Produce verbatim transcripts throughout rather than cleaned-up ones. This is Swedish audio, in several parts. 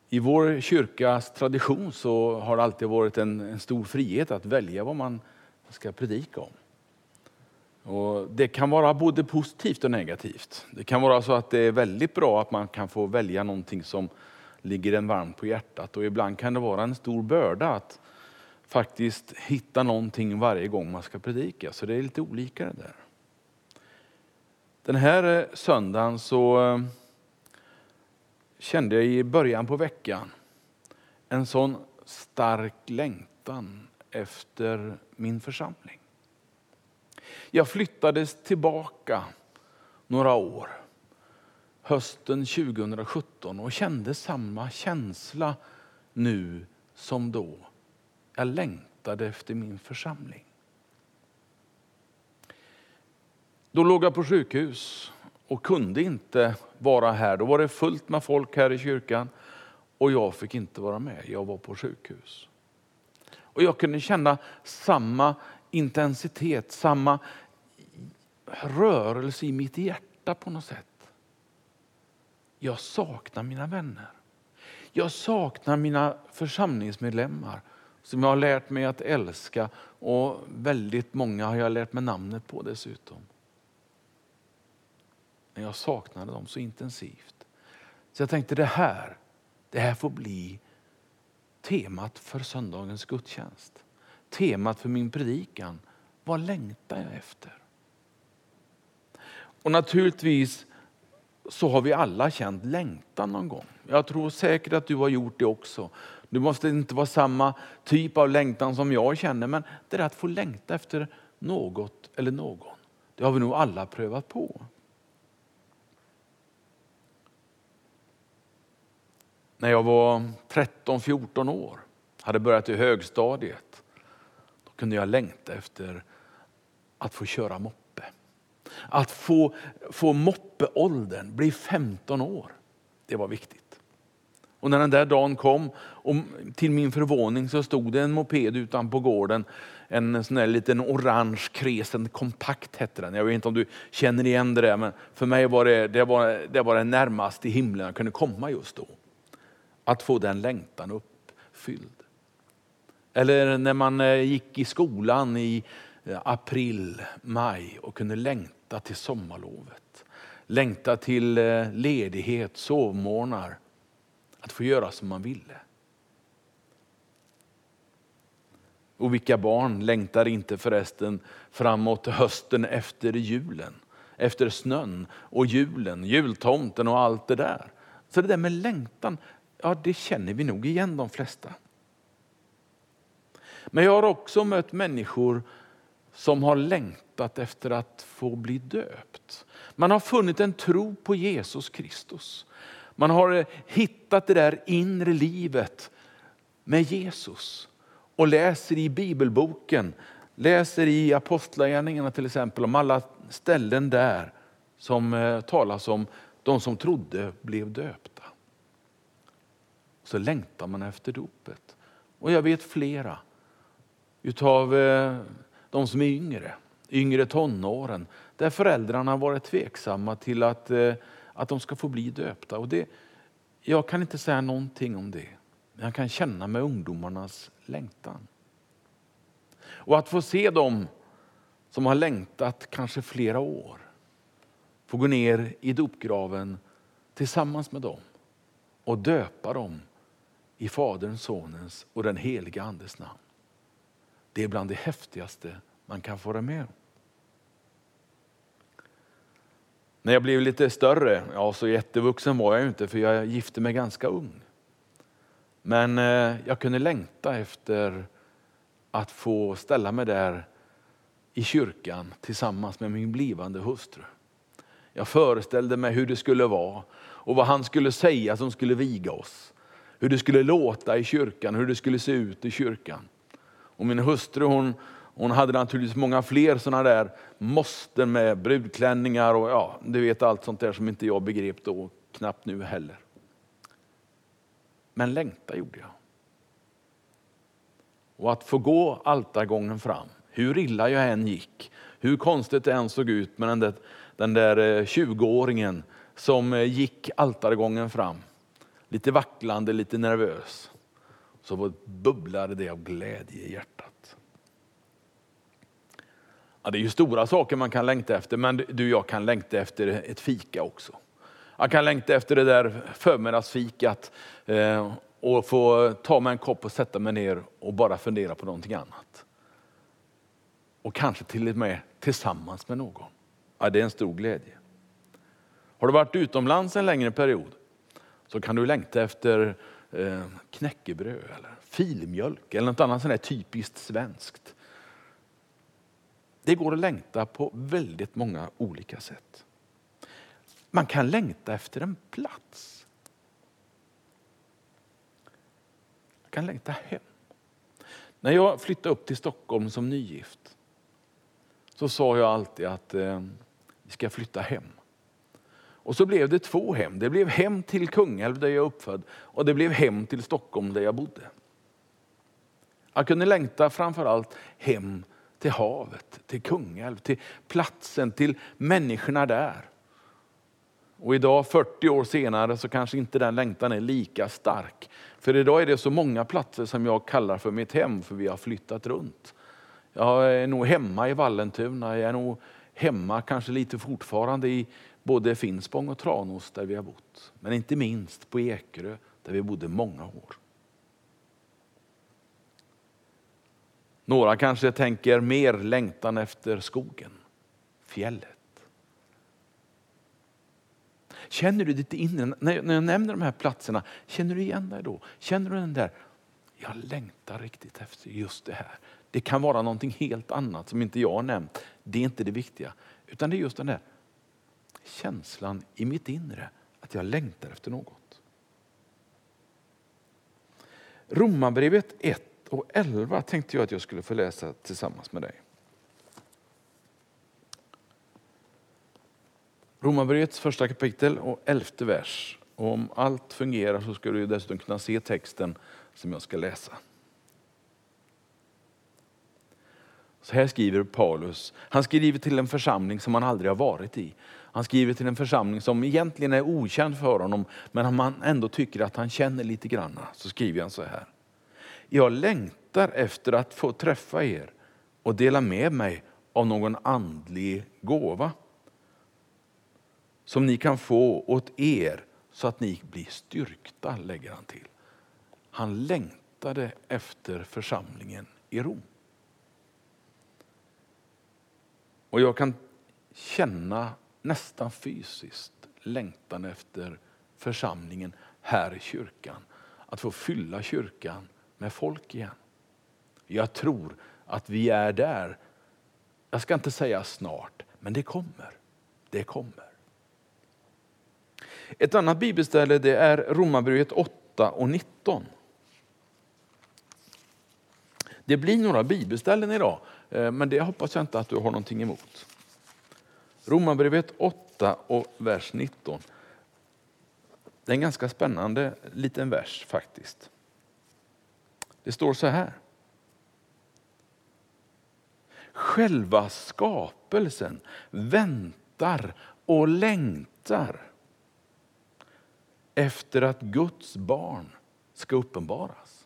I vår kyrkas tradition så har det alltid varit en, en stor frihet att välja vad man ska predika om. Och det kan vara både positivt och negativt. Det kan vara så att det är väldigt bra att man kan få välja någonting som ligger en varmt på hjärtat. Och ibland kan det vara en stor börda att faktiskt hitta någonting varje gång man ska predika. Så det är lite olika det där. Den här söndagen så kände jag i början på veckan en sån stark längtan efter min församling. Jag flyttades tillbaka några år, hösten tjugohundrasjutton, och kände samma känsla nu som då. Jag längtade efter min församling. Då låg jag på sjukhus och kunde inte vara här. Då var det fullt med folk här i kyrkan och jag fick inte vara med. Jag var på sjukhus. Och jag kunde känna samma intensitet, samma rörelse i mitt hjärta på något sätt. Jag saknar mina vänner. Jag saknar mina församlingsmedlemmar som jag har lärt mig att älska, och väldigt många har jag lärt mig namnet på dessutom. Men jag saknade dem så intensivt. Så jag tänkte det här, det här får bli temat för söndagens gudstjänst. Temat för min predikan. Vad längtar jag efter? Och naturligtvis så har vi alla känt längtan någon gång. Jag tror säkert att du har gjort det också. Det måste inte vara samma typ av längtan som jag känner, men det är att få längta efter något eller någon. Det har vi nog alla prövat på. När jag var tretton fjorton år, hade börjat i högstadiet, då kunde jag längta efter att få köra moppe. Att få, få moppeåldern, bli femton år, det var viktigt. Och när den där dagen kom, och till min förvåning så stod det en moped utan på gården. En sån här liten orange kresen kompakt hette den. Jag vet inte om du känner igen det där, men för mig var det, det, var, det var det närmaste i himlen jag kunde komma just då. Att få den längtan uppfylld. Eller när man gick i skolan i april, maj och kunde längta till sommarlovet. Längta till ledighet, sovmorgnar. Att få göra som man ville. Och vilka barn längtar inte förresten framåt hösten efter julen. Efter snön och julen, jultomten och allt det där. Så det där med längtan, ja, det känner vi nog igen de flesta. Men jag har också mött människor som har längtat efter att få bli döpt. Man har funnit en tro på Jesus Kristus. Man har hittat det där inre livet med Jesus. Och läser i bibelboken, läser i apostlagärningarna till exempel, om alla ställen där som talas om de som trodde blev döpta. Så längtar man efter dopet. Och jag vet flera utav de som är yngre, yngre tonåren, där föräldrarna har varit tveksamma till att, att de ska få bli döpta. Och det, jag kan inte säga någonting om det. Men jag kan känna med ungdomarnas längtan. Och att få se dem som har längtat kanske flera år, få gå ner i dopgraven tillsammans med dem och döpa dem i Faderns, Sonens och den heliga Andes namn. Det är bland det häftigaste man kan få vara med om. När jag blev lite större, ja så jättevuxen var jag inte, för jag gifte mig ganska ung. Men eh, jag kunde längta efter att få ställa mig där i kyrkan tillsammans med min blivande hustru. Jag föreställde mig hur det skulle vara och vad han skulle säga som skulle viga oss. Hur det skulle låta i kyrkan, hur det skulle se ut i kyrkan. Och min hustru hon, hon hade naturligtvis många fler sådana där måsten med brudklänningar och ja, du vet allt sånt där som inte jag begrep då, knappt nu heller. Men längta gjorde jag. Och att få gå altargången fram, hur illa jag än gick, hur konstigt det än såg ut med den där, den där tjugoåringen som gick altargången fram. lite vacklande, lite nervös. Så bubblade det av glädje i hjärtat. Ja, det är ju stora saker man kan längta efter, men du jag kan längta efter ett fika också. Jag kan längta efter det där förmiddagsfikat eh, och få ta mig en kopp och sätta mig ner och bara fundera på någonting annat. Och kanske till och med tillsammans med någon. Ja, det är en stor glädje. Har du varit utomlands en längre period så kan du längta efter eh, knäckebröd eller filmjölk eller något annat sånt där typiskt svenskt. Det går att längta på väldigt många olika sätt. Man kan längta efter en plats. Man kan längta hem. När jag flyttade upp till Stockholm som nygift så sa jag alltid att eh, vi ska flytta hem. Och så blev det två hem. Det blev hem till Kungälv där jag är uppfödd och det blev hem till Stockholm där jag bodde. Jag kunde längta framförallt hem till havet, till Kungälv, till platsen, till människorna där. Och idag fyrtio år senare så kanske inte den längtan är lika stark. För idag är det så många platser som jag kallar för mitt hem, för vi har flyttat runt. Jag är nog hemma i Vallentuna, jag är nog hemma kanske lite fortfarande i både Finspång och Tranås där vi har bott. Men inte minst på Ekerö där vi bodde många år. Några kanske tänker mer längtan efter skogen, fjället. Känner du ditt inre, när jag nämner de här platserna, känner du igen dig då? Känner du den där, jag längtar riktigt efter just det här. Det kan vara någonting helt annat som inte jag har nämnt. Det är inte det viktiga. Utan det är just den där känslan i mitt inre att jag längtar efter något. Romarbrevet ett och elva tänkte jag att jag skulle få läsa tillsammans med dig. Romarbrevets första kapitel och elfte vers. Och om allt fungerar så ska du dessutom kunna se texten som jag ska läsa. Så här skriver Paulus. Han skriver till en församling som han aldrig har varit i. Han skriver till en församling som egentligen är okänd för honom, men om han ändå tycker att han känner lite grann, så skriver han så här. Jag längtar efter att få träffa er och dela med mig av någon andlig gåva som ni kan få åt er så att ni blir styrkta, lägger han till. Han längtade efter församlingen i Rom. Och jag kan känna nästan fysiskt längtan efter församlingen här i kyrkan. Att få fylla kyrkan med folk igen. Jag tror att vi är där. Jag ska inte säga snart, men det kommer. Det kommer. Ett annat bibelställe det är Romarbrevet åtta och nitton. Det blir några bibelställen idag, men det hoppas jag inte att du har någonting emot. Romarbrevet åtta och vers nitton. Det är en ganska spännande liten vers faktiskt. Det står så här. Själva skapelsen väntar och längtar efter att Guds barn ska uppenbaras.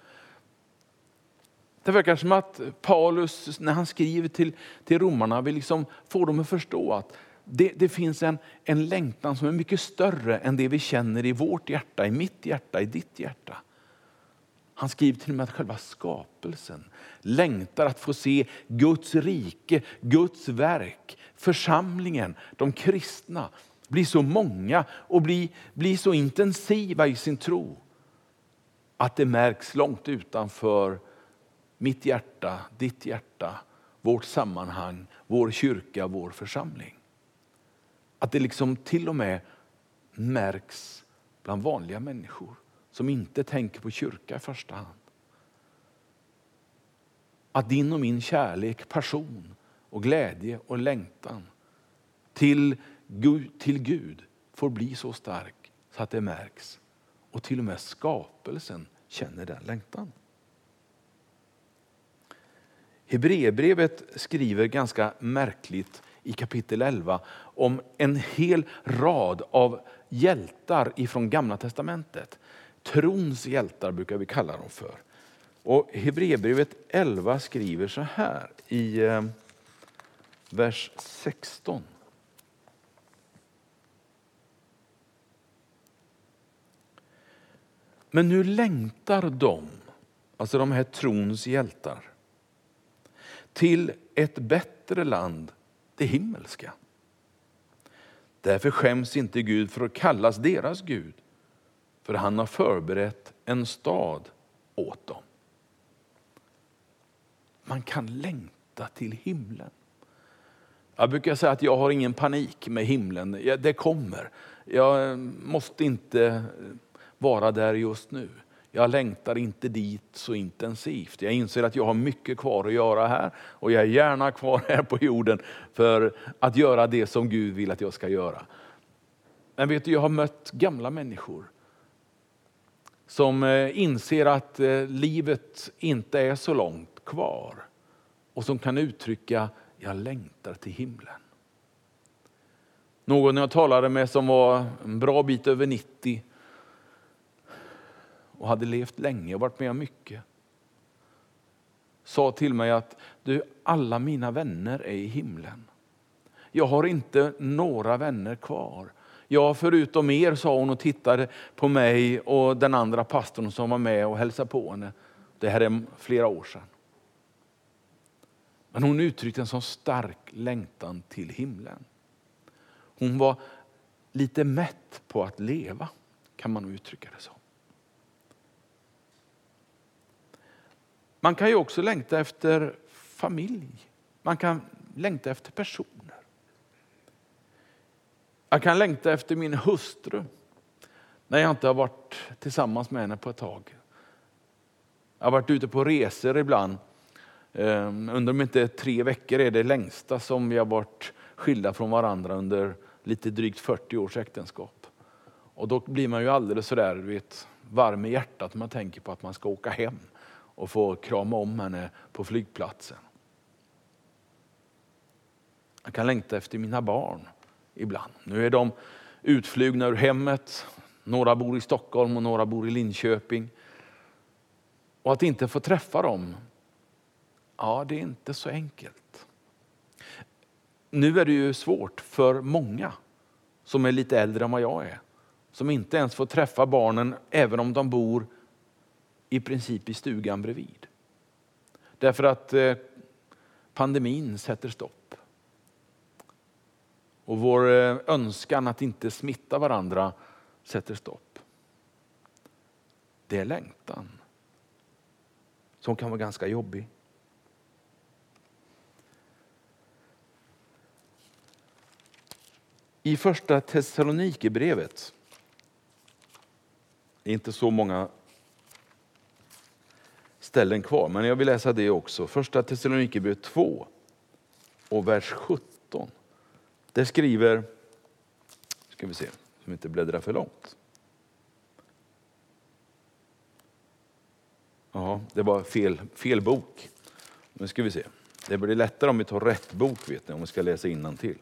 Det verkar som att Paulus när han skriver till, till romarna vill liksom få dem att förstå att det, det finns en, en längtan som är mycket större än det vi känner i vårt hjärta, i mitt hjärta, i ditt hjärta. Han skriver till och med att själva skapelsen längtar att få se Guds rike, Guds verk, församlingen, de kristna bli så många och bli, bli så intensiva i sin tro att det märks långt utanför mitt hjärta, ditt hjärta, vårt sammanhang, vår kyrka, vår församling. Att det liksom till och med märks bland vanliga människor som inte tänker på kyrka i första hand. Att din och min kärlek, passion och glädje och längtan till Gud, till Gud får bli så stark så att det märks. Och till och med skapelsen känner den längtan. Hebreerbrevet skriver ganska märkligt i kapitel elva om en hel rad av hjältar ifrån Gamla testamentet. Trons hjältar brukar vi kalla dem för. Och Hebreerbrevet elva skriver så här i eh, vers sexton. Men nu längtar de, alltså de här trons hjältar, till ett bättre land, det himmelska. Därför skäms inte Gud för att kallas deras Gud, för han har förberett en stad åt dem. Man kan längta till himlen. Jag brukar säga att jag har ingen panik med himlen. Det kommer. Jag måste inte vara där just nu. Jag längtar inte dit så intensivt. Jag inser att jag har mycket kvar att göra här. Och jag är gärna kvar här på jorden för att göra det som Gud vill att jag ska göra. Men vet du, jag har mött gamla människor som inser att livet inte är så långt kvar. Och som kan uttrycka, jag längtar till himlen. Någon jag talade med som var en bra bit över nittio. Och hade levt länge och varit med om mycket. Sa till mig att du, alla mina vänner är i himlen. Jag har inte några vänner kvar. Jag förutom er, sa hon och tittade på mig och den andra pastorn som var med och hälsade på henne. Det här är flera år sedan. Men hon uttryckte en sån stark längtan till himlen. Hon var lite mätt på att leva, kan man uttrycka det så. Man kan ju också längta efter familj. Man kan längta efter personer. Jag kan längta efter min hustru när jag inte har varit tillsammans med henne på ett tag. Jag har varit ute på resor ibland. Under om inte tre veckor är det längsta som vi har varit skilda från varandra under lite drygt fyrtio års äktenskap. Och då blir man ju alldeles sådär, du vet, varm i hjärtat när man tänker på att man ska åka hem och få krama om henne på flygplatsen. Jag kan längta efter mina barn ibland. Nu är de utflugna ur hemmet. Några bor i Stockholm och några bor i Linköping. Och att inte få träffa dem, ja, det är inte så enkelt. Nu är det ju svårt för många som är lite äldre än vad jag är. Som inte ens får träffa barnen även om de bor i princip i stugan bredvid. Därför att eh, pandemin sätter stopp. Och vår eh, önskan att inte smitta varandra sätter stopp. Det är längtan som kan vara ganska jobbig. I första Thessalonikerbrevet, det är inte så många ställen kvar, men jag vill läsa det också. Första Thessalonikerbrevet två och vers sjutton. Där skriver, ska vi se, som inte bläddrar för långt. Ja, det var fel, fel bok. Nu ska vi se. Det blir lättare om vi tar rätt bok, vet ni, om vi ska läsa innantill.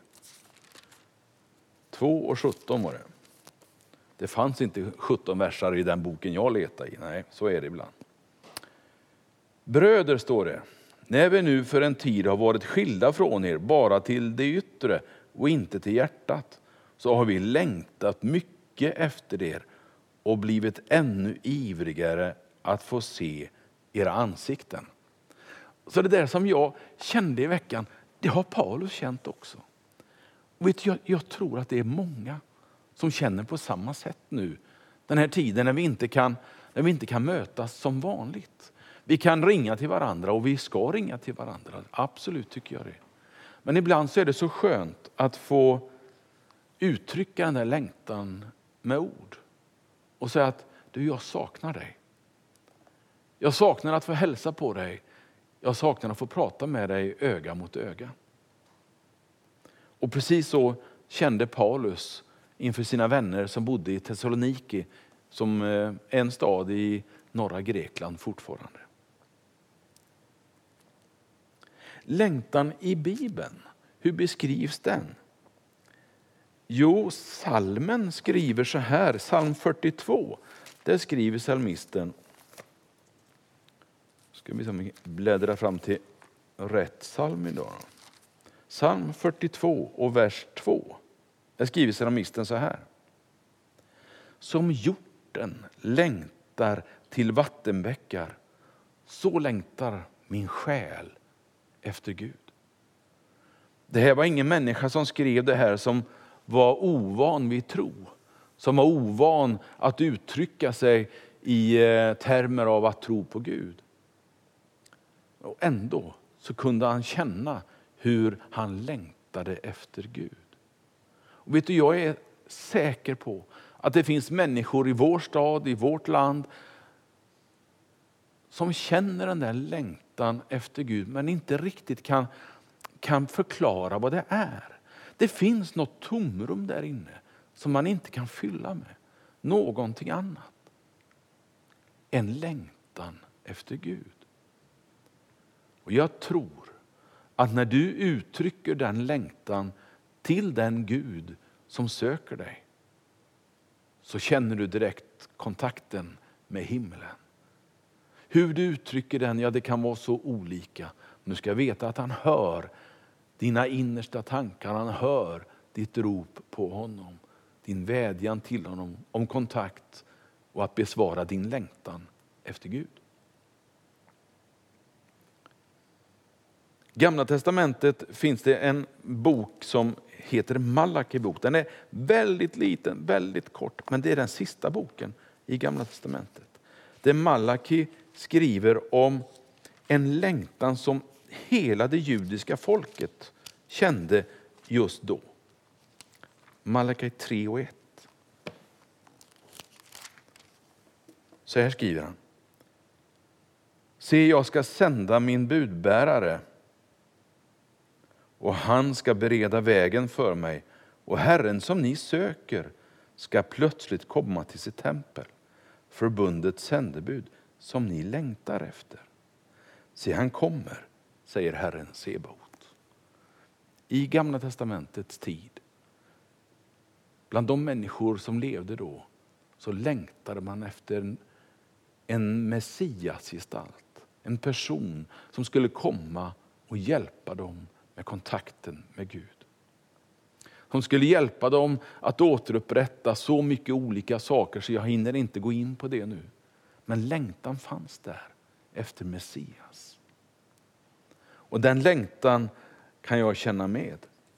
två och sjutton var det. Det fanns inte sjutton versar i den boken jag letade i. Nej, så är det ibland. Bröder, står det, när vi nu för en tid har varit skilda från er bara till det yttre och inte till hjärtat, så har vi längtat mycket efter er och blivit ännu ivrigare att få se era ansikten. Så det där som jag kände i veckan, det har Paulus känt också. Och vet du, jag, jag tror att det är många som känner på samma sätt nu. Den här tiden när vi inte kan, när vi inte kan mötas som vanligt. Vi kan ringa till varandra och vi ska ringa till varandra. Absolut tycker jag det. Men ibland så är det så skönt att få uttrycka den där längtan med ord. Och säga att du, jag saknar dig. Jag saknar att få hälsa på dig. Jag saknar att få prata med dig öga mot öga. Och precis så kände Paulus inför sina vänner som bodde i Thessaloniki, som en stad i norra Grekland fortfarande. Längtan i Bibeln Hur beskrivs den? Jo, salmen skriver så här, psalm fyrtiotvå. Där skriver psalmisten, ska vi bläddra fram till rätt psalm idag. Psalm fyrtiotvå och vers två. Där skriver psalmisten så här. Som hjorten längtar till vattenbäckar, så längtar min själ efter Gud. Det här var ingen människa som skrev det här som var ovan vid tro. Som var ovan att uttrycka sig i termer av att tro på Gud. Och ändå så kunde han känna hur han längtade efter Gud. Och vet du, jag är säker på att det finns människor i vår stad, i vårt land, som känner den där längtan efter Gud men inte riktigt kan, kan förklara vad det är. Det finns något tomrum där inne som man inte kan fylla med någonting annat. En längtan efter Gud. Och jag tror att när du uttrycker den längtan till den Gud som söker dig, så känner du direkt kontakten med himlen. Hur du uttrycker den, ja det kan vara så olika. Men du ska veta att han hör dina innersta tankar, han hör ditt rop på honom. Din vädjan till honom om kontakt och att besvara din längtan efter Gud. Gamla testamentet finns det en bok som heter Malaki bok. Den är väldigt liten, väldigt kort, men det är den sista boken i Gamla testamentet. Där Malaki skriver om en längtan som hela det judiska folket kände just då. Malaki tre och ett. Så här skriver han. Se, jag ska sända min budbärare och han ska bereda vägen för mig. Och Herren som ni söker ska plötsligt komma till sitt tempel. Förbundets sändebud som ni längtar efter. Se, han kommer, säger Herren Sebaot. I Gamla testamentets tid, bland de människor som levde då, så längtade man efter en, en messiasgestalt. En person som skulle komma och hjälpa dem med kontakten med Gud. Som skulle hjälpa dem att återupprätta så mycket olika saker så jag hinner inte gå in på det nu. Men längtan fanns där efter Messias. Och den längtan kan jag känna med.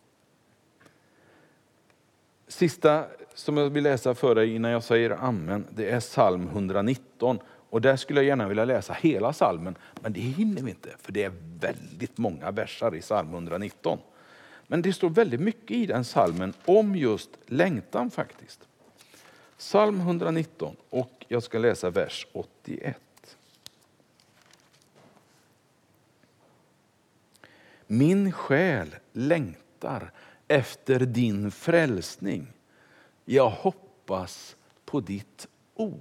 Sista som jag vill läsa för dig innan jag säger amen, det är psalm etthundranitton. Och där skulle jag gärna vilja läsa hela psalmen, men det hinner vi inte för det är väldigt många versar i psalm etthundranitton. Men det står väldigt mycket i den psalmen om just längtan faktiskt. Psalm etthundranitton och jag ska läsa vers åttioett. Min själ längtar efter din frälsning. Jag hoppas på ditt ord.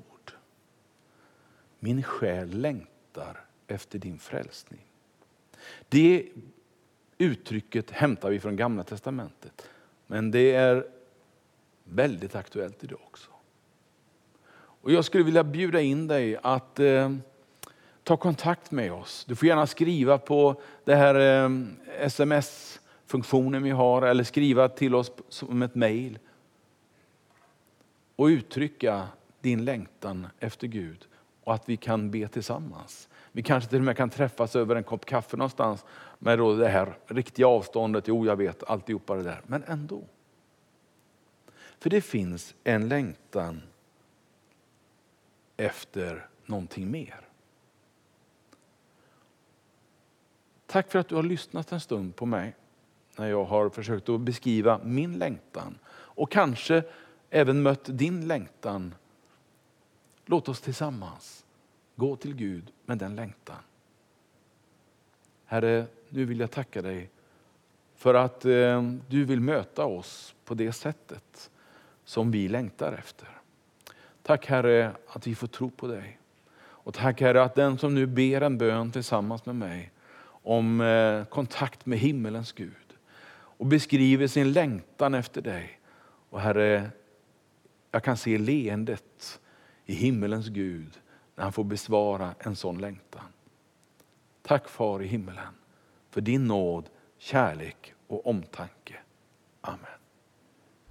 Min själ längtar efter din frälsning. Det uttrycket hämtar vi från Gamla testamentet. Men det är väldigt aktuellt idag också. Och jag skulle vilja bjuda in dig att eh, ta kontakt med oss. Du får gärna skriva på det här eh, sms-funktionen vi har. Eller skriva till oss som ett mejl. Och uttrycka din längtan efter Gud. Och att vi kan be tillsammans. Vi kanske till och med kan träffas över en kopp kaffe någonstans. Med då det här riktiga avståndet. Jo, jag vet alltihopa det där. Men ändå. För det finns en längtan efter någonting mer. Tack för att du har lyssnat en stund på mig. När jag har försökt att beskriva min längtan. Och kanske även mött din längtan. Låt oss tillsammans gå till Gud med den längtan. Herre, nu vill jag tacka dig för att eh, du vill möta oss på det sättet som vi längtar efter. Tack Herre att vi får tro på dig. Och tack Herre att den som nu ber en bön tillsammans med mig om eh, kontakt med himmelens Gud. och beskriver sin längtan efter dig. Och Herre, jag kan se leendet i himmelens Gud när han får besvara en sån längtan. Tack far i himmelen för din nåd, kärlek och omtanke. Amen.